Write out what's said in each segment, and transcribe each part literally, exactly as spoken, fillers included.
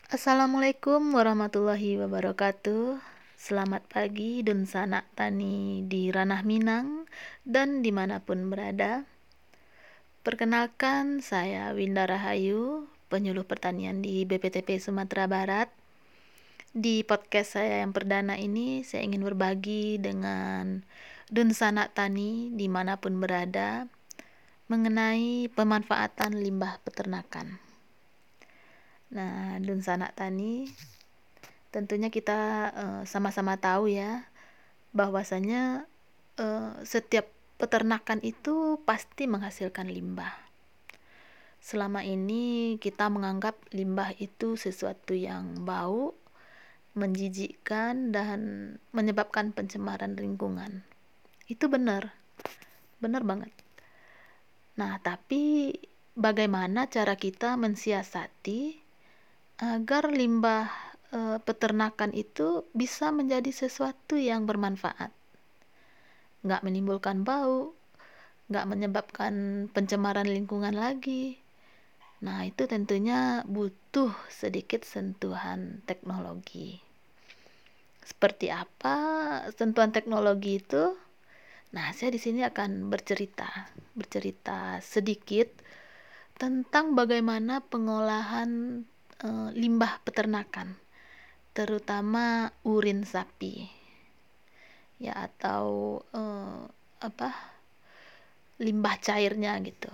Assalamualaikum warahmatullahi wabarakatuh. Selamat pagi Dunsana Tani di Ranah Minang dan dimanapun berada. Perkenalkan, saya Winda Rahayu, penyuluh pertanian di B P T P Sumatera Barat. Di podcast saya yang perdana ini, saya ingin berbagi dengan Dunsana Tani dimanapun berada mengenai pemanfaatan limbah peternakan. Nah, Dunsana Tani, tentunya kita uh, sama-sama tahu ya, bahwasanya uh, setiap peternakan itu pasti menghasilkan limbah. Selama ini kita menganggap limbah itu sesuatu yang bau, menjijikkan, dan menyebabkan pencemaran lingkungan. Itu benar, benar banget. Nah, tapi bagaimana cara kita mensiasati agar limbah e, peternakan itu bisa menjadi sesuatu yang bermanfaat, nggak menimbulkan bau, nggak menyebabkan pencemaran lingkungan lagi. Nah, itu tentunya butuh sedikit sentuhan teknologi. Seperti apa sentuhan teknologi itu? Nah, saya di sini akan bercerita, bercerita sedikit tentang bagaimana pengolahan e, limbah peternakan, terutama urin sapi, ya, atau e, apa limbah cairnya gitu.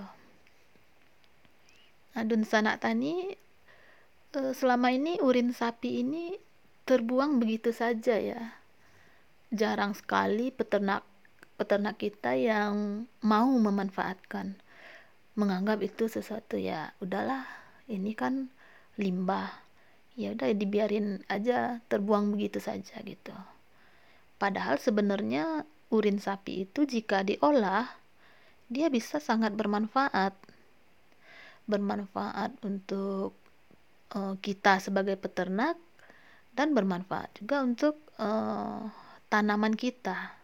Nah, Dunsana Tani, e, selama ini urin sapi ini terbuang begitu saja ya. Jarang sekali peternak peternak kita yang mau memanfaatkan, menganggap itu sesuatu ya udahlah, ini kan limbah, ya udah dibiarin aja terbuang begitu saja gitu. Padahal sebenarnya urin sapi itu jika diolah dia bisa sangat bermanfaat bermanfaat untuk uh, kita sebagai peternak, dan bermanfaat juga untuk uh, tanaman kita.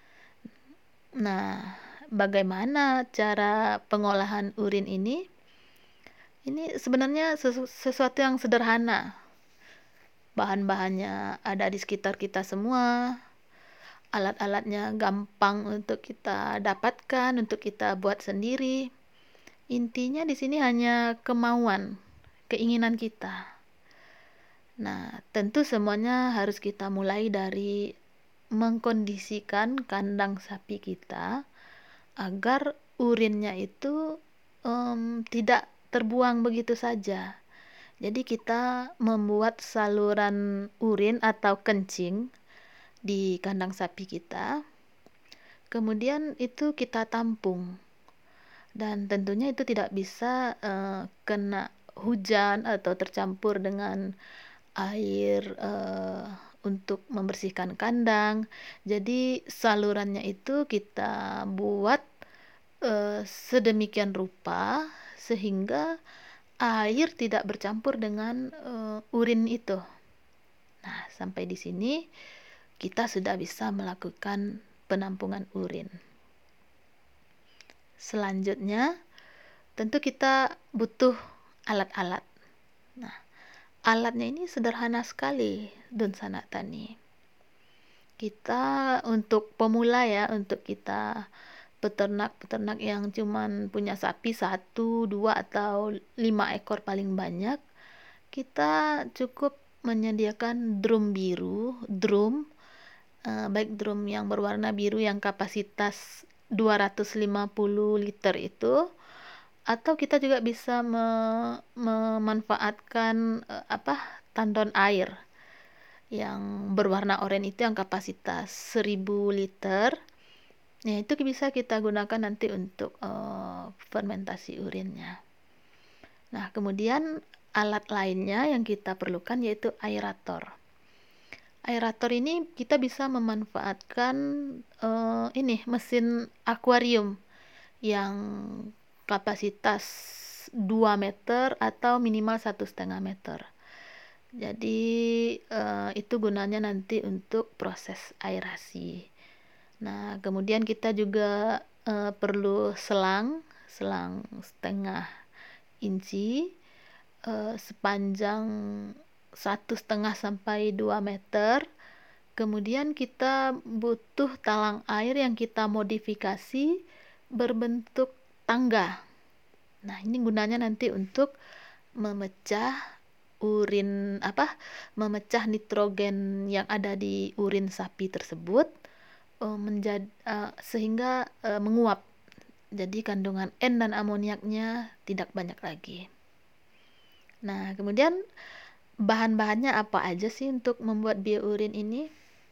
Nah, bagaimana cara pengolahan urin ini? Ini sebenarnya sesu- sesuatu yang sederhana. Bahan-bahannya ada di sekitar kita semua. Alat-alatnya gampang untuk kita dapatkan, untuk kita buat sendiri. Intinya di sini hanya kemauan, keinginan kita. Nah, tentu semuanya harus kita mulai dari mengkondisikan kandang sapi kita agar urinnya itu um, tidak terbuang begitu saja. Jadi kita membuat saluran urin atau kencing di kandang sapi kita. Kemudian itu kita tampung. Dan tentunya itu tidak bisa uh, kena hujan atau tercampur dengan air uh, untuk membersihkan kandang. Jadi salurannya itu kita buat uh, sedemikian rupa sehingga air tidak bercampur dengan uh, urin itu. Nah, sampai di sini kita sudah bisa melakukan penampungan urin. Selanjutnya, tentu kita butuh alat-alat. Nah, alatnya ini sederhana sekali, Dunsana Tani. Kita untuk pemula ya, untuk kita peternak-peternak yang cuman punya sapi satu, dua, atau lima ekor paling banyak, kita cukup menyediakan drum biru, drum, uh, baik drum yang berwarna biru yang kapasitas dua ratus lima puluh liter itu, atau kita juga bisa me- memanfaatkan uh, apa tandon air yang berwarna oranye itu yang kapasitas seribu liter. Ya, itu bisa kita gunakan nanti untuk uh, fermentasi urinnya. Nah, kemudian alat lainnya yang kita perlukan yaitu aerator. Aerator ini kita bisa memanfaatkan uh, ini mesin akuarium yang kapasitas dua meter atau minimal satu setengah meter. Jadi uh, itu gunanya nanti untuk proses aerasi. Nah, kemudian kita juga uh, perlu selang, selang setengah inci uh, sepanjang satu setengah sampai dua meter. Kemudian kita butuh talang air yang kita modifikasi berbentuk tangga. Nah, ini gunanya nanti untuk memecah urin apa memecah nitrogen yang ada di urin sapi tersebut uh, menjadi uh, sehingga uh, menguap. Jadi kandungan N dan amoniaknya tidak banyak lagi. Nah, kemudian bahan-bahannya apa aja sih untuk membuat biourin ini?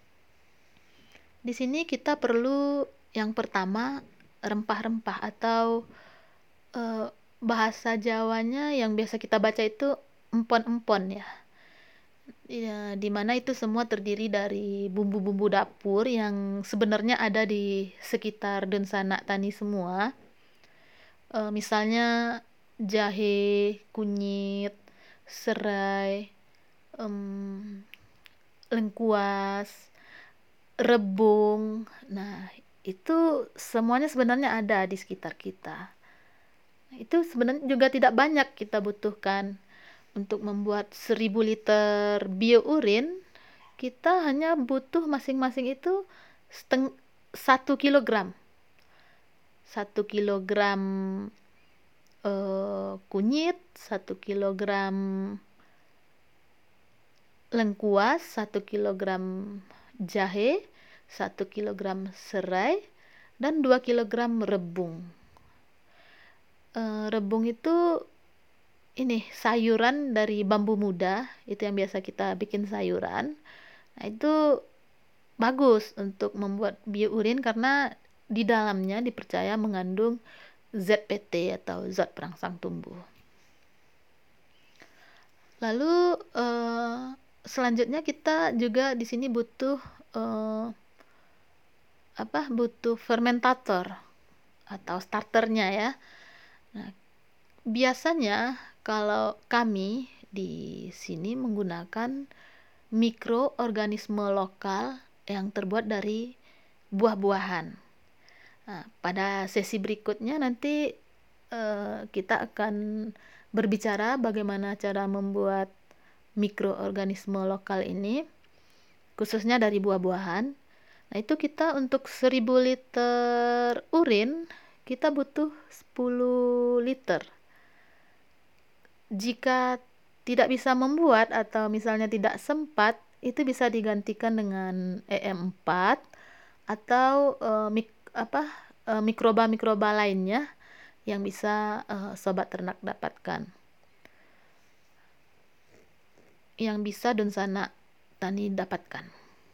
Di sini kita perlu yang pertama rempah-rempah atau uh, bahasa Jawanya yang biasa kita baca itu empon-empon ya. Ya, dimana itu semua terdiri dari bumbu-bumbu dapur yang sebenarnya ada di sekitar Donsana Tani semua. E, misalnya jahe, kunyit, serai, em, lengkuas, rebung. Nah, itu semuanya sebenarnya ada di sekitar kita. Itu sebenarnya juga tidak banyak kita butuhkan. Untuk membuat seribu liter biourin, kita hanya butuh masing-masing itu seteng satu kilogram. Satu kilogram eh, kunyit, satu kilogram lengkuas, satu kilogram jahe, satu kilogram serai, dan dua kilogram rebung. Eh, rebung itu ini sayuran dari bambu muda, itu yang biasa kita bikin sayuran. Nah, itu bagus untuk membuat biourin karena di dalamnya dipercaya mengandung Z P T atau zat perangsang tumbuh. Lalu eh, selanjutnya kita juga di sini butuh eh, apa? Butuh fermentator atau starternya ya. Nah, biasanya kalau kami di sini menggunakan mikroorganisme lokal yang terbuat dari buah-buahan. Nah, pada sesi berikutnya nanti uh, kita akan berbicara bagaimana cara membuat mikroorganisme lokal ini, khususnya dari buah-buahan. Nah, itu kita untuk seribu liter urin, kita butuh sepuluh liter. Jika tidak bisa membuat atau misalnya tidak sempat, itu bisa digantikan dengan E M empat atau uh, mik apa uh, mikroba-mikroba lainnya yang bisa uh, sobat ternak dapatkan, yang bisa Donsana Tani dapatkan.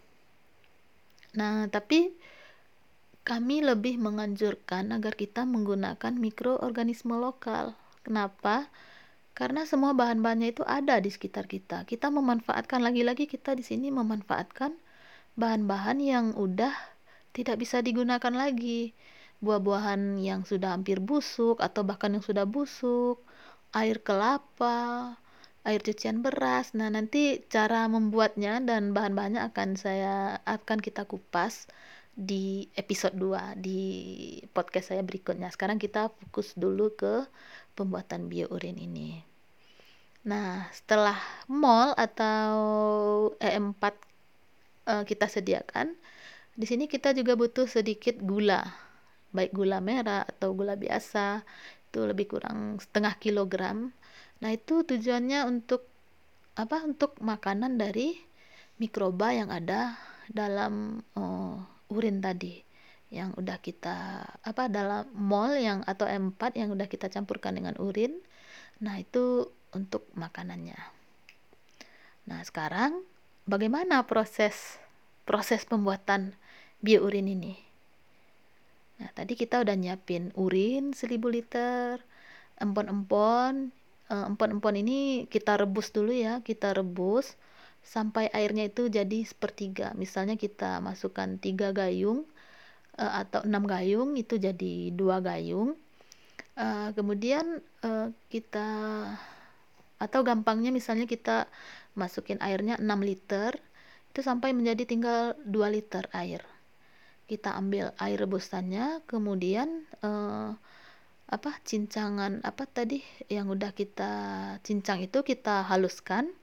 Nah, tapi kami lebih menganjurkan agar kita menggunakan mikroorganisme lokal. Kenapa? Karena semua bahan-bahannya itu ada di sekitar kita. Kita memanfaatkan lagi-lagi kita di sini memanfaatkan bahan-bahan yang udah tidak bisa digunakan lagi. Buah-buahan yang sudah hampir busuk atau bahkan yang sudah busuk, air kelapa, air cucian beras. Nah, nanti cara membuatnya dan bahan-bahannya akan saya akan kita kupas di episode dua di podcast saya berikutnya. Sekarang kita fokus dulu ke pembuatan biourin ini. Nah, setelah mol atau E M empat uh, kita sediakan, di sini kita juga butuh sedikit gula, baik gula merah atau gula biasa, itu lebih kurang setengah kilogram. Nah, itu tujuannya untuk apa? Untuk makanan dari mikroba yang ada dalam uh, urin tadi, yang udah kita apa dalam mol yang atau E M empat yang udah kita campurkan dengan urin. Nah, itu untuk makanannya. Nah, sekarang bagaimana proses proses pembuatan biourin ini? Nah, tadi kita udah nyiapin urin seribu liter, empon-empon. Empon-empon ini kita rebus dulu ya, kita rebus sampai airnya itu jadi sepertiga. Misalnya kita masukkan tiga gayung atau enam gayung, itu jadi dua gayung. Kemudian kita atau gampangnya misalnya kita masukin airnya enam liter, itu sampai menjadi tinggal dua liter air. Kita ambil air rebusannya, kemudian eh, apa cincangan apa tadi yang udah kita cincang itu kita haluskan,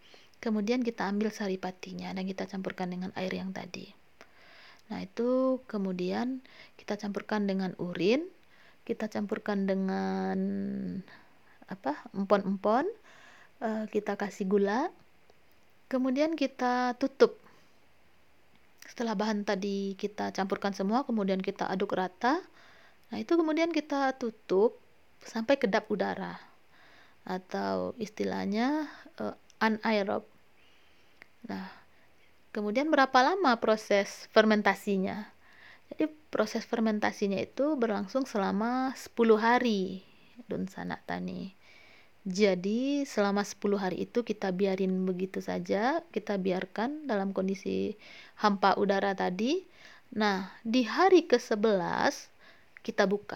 kemudian kita ambil saripatinya dan kita campurkan dengan air yang tadi. Nah, itu kemudian kita campurkan dengan urin, kita campurkan dengan apa empon-empon, uh, kita kasih gula, kemudian kita tutup. Setelah bahan tadi kita campurkan semua, kemudian kita aduk rata. Nah, itu kemudian kita tutup sampai kedap udara, atau istilahnya uh, anaerob. Nah, kemudian berapa lama proses fermentasinya? Jadi proses fermentasinya itu berlangsung selama sepuluh hari, Dun Sanak Tani. Jadi selama sepuluh hari itu kita biarin begitu saja, kita biarkan dalam kondisi hampa udara tadi. Nah, di hari ke sebelas kita buka.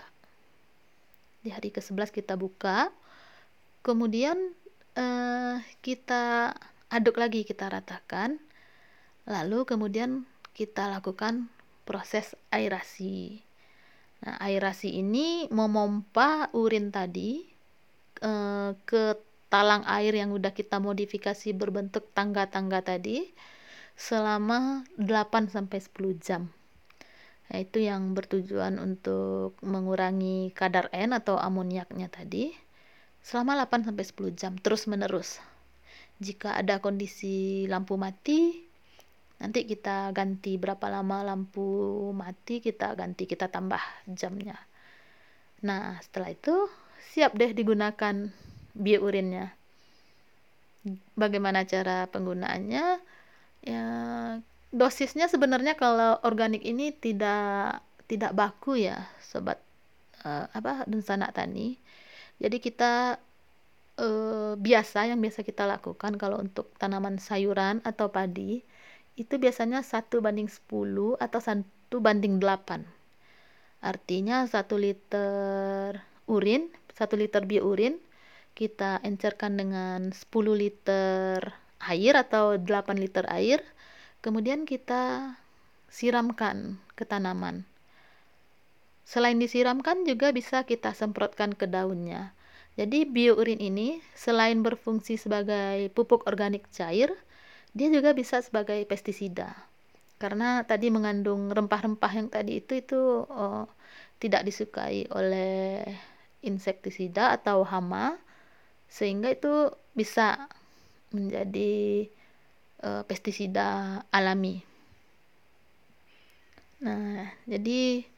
Di hari ke sebelas kita buka, kemudian eh, kita aduk lagi, kita ratakan. Lalu kemudian kita lakukan proses aerasi. Nah, aerasi ini memompa urin tadi eh, ke talang air yang udah kita modifikasi berbentuk tangga-tangga tadi selama delapan sampai sepuluh jam. Nah, itu yang bertujuan untuk mengurangi kadar N atau amoniaknya tadi selama delapan sampai sepuluh jam terus menerus. Jika ada kondisi lampu mati, nanti kita ganti berapa lama lampu mati, kita ganti, kita tambah jamnya. Nah, setelah itu siap deh digunakan biourinnya. Bagaimana cara penggunaannya? Ya, dosisnya sebenarnya kalau organik ini tidak tidak baku ya, sobat uh, apa Dun Sanak Tani. Jadi kita uh, biasa yang biasa kita lakukan kalau untuk tanaman sayuran atau padi itu biasanya satu banding sepuluh atau satu banding delapan. Artinya satu liter urin, satu liter biourin kita encerkan dengan sepuluh liter air atau delapan liter air, kemudian kita siramkan ke tanaman. Selain disiramkan juga bisa kita semprotkan ke daunnya. Jadi biourin ini selain berfungsi sebagai pupuk organik cair, dia juga bisa sebagai pestisida. Karena tadi mengandung rempah-rempah yang tadi itu itu oh, tidak disukai oleh insektisida atau hama, sehingga itu bisa menjadi uh, pestisida alami. Nah, jadi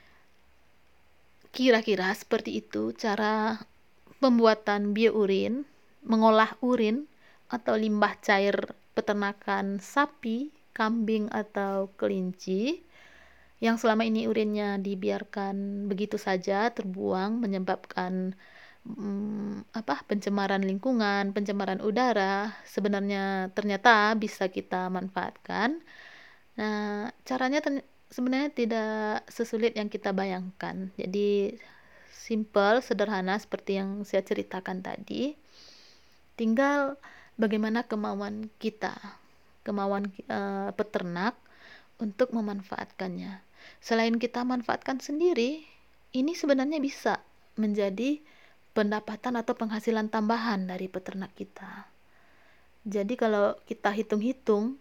kira-kira seperti itu cara pembuatan biourin, mengolah urin atau limbah cair peternakan sapi, kambing atau kelinci yang selama ini urinnya dibiarkan begitu saja terbuang, menyebabkan hmm, apa pencemaran lingkungan, pencemaran udara, sebenarnya ternyata bisa kita manfaatkan. Nah, caranya sebenarnya tidak sesulit yang kita bayangkan. Jadi simple, sederhana seperti yang saya ceritakan tadi. Tinggal bagaimana kemauan kita, kemauan uh, peternak untuk memanfaatkannya. Selain kita manfaatkan sendiri, ini sebenarnya bisa menjadi pendapatan atau penghasilan tambahan dari peternak kita. Jadi kalau kita hitung-hitung,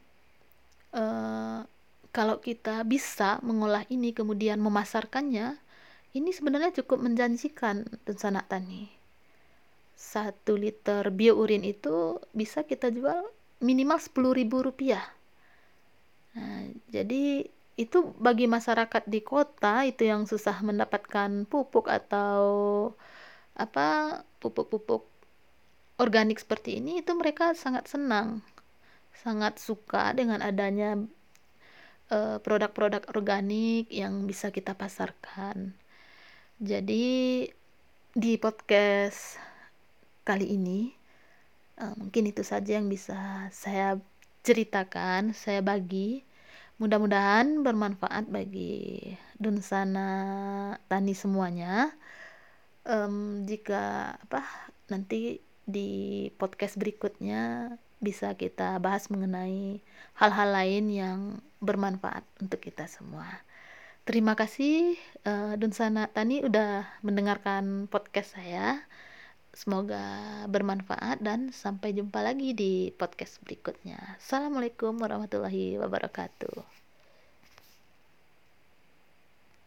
uh, kalau kita bisa mengolah ini kemudian memasarkannya, ini sebenarnya cukup menjanjikan Dun Sanak Tani. Satu liter biourin itu bisa kita jual minimal sepuluh ribu rupiah. Nah, jadi itu bagi masyarakat di kota itu yang susah mendapatkan pupuk atau apa pupuk-pupuk organik seperti ini, itu mereka sangat senang, sangat suka dengan adanya uh, produk-produk organik yang bisa kita pasarkan. Jadi di podcast kali ini uh, mungkin itu saja yang bisa saya ceritakan, saya bagi. Mudah-mudahan bermanfaat bagi Dun Sanak Tani semuanya. Um, jika apa nanti di podcast berikutnya bisa kita bahas mengenai hal-hal lain yang bermanfaat untuk kita semua. Terima kasih uh, Dun Sanak Tani udah mendengarkan podcast saya. Semoga bermanfaat dan sampai jumpa lagi di podcast berikutnya. Assalamualaikum warahmatullahi wabarakatuh.